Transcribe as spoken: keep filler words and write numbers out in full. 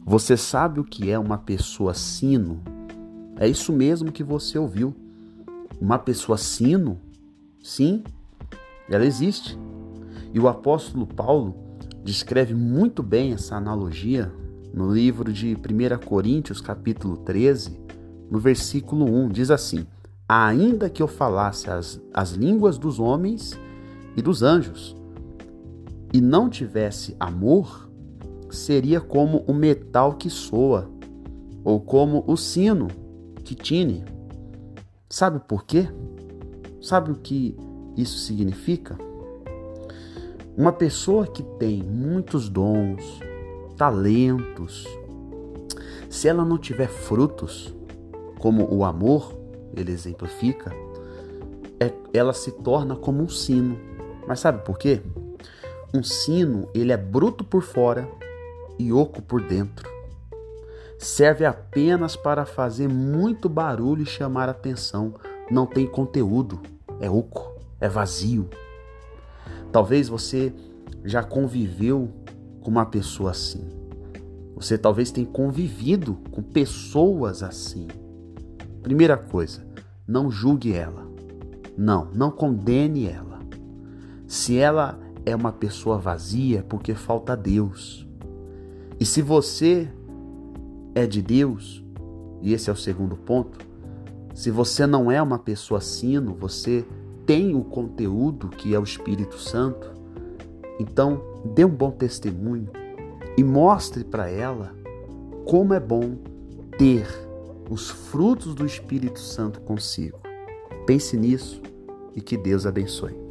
Você sabe o que é uma pessoa sino? É isso mesmo que você ouviu. Uma pessoa sino? Sim, ela existe. E o apóstolo Paulo descreve muito bem essa analogia no livro de primeira Coríntios, capítulo treze, no versículo um. Diz assim: ainda que eu falasse as, as línguas dos homens e dos anjos, e não tivesse amor, seria como o metal que soa, ou como o sino que tine. Sabe por quê? Sabe o que isso significa? Uma pessoa que tem muitos dons, talentos, se ela não tiver frutos, como o amor, ele exemplifica, é, ela se torna como um sino. Mas sabe por quê? Um sino, ele é bruto por fora e oco por dentro. Serve apenas para fazer muito barulho e chamar atenção. Não tem conteúdo, é oco, é vazio. Talvez você já conviveu com uma pessoa assim. Você talvez tenha convivido com pessoas assim. Primeira coisa, não julgue ela. Não, não condene ela. Se ela é uma pessoa vazia, é porque falta Deus. E se você é de Deus, e esse é o segundo ponto, se você não é uma pessoa sino, você tem o conteúdo que é o Espírito Santo, então dê um bom testemunho e mostre para ela como é bom ter os frutos do Espírito Santo consigo. Pense nisso e que Deus abençoe.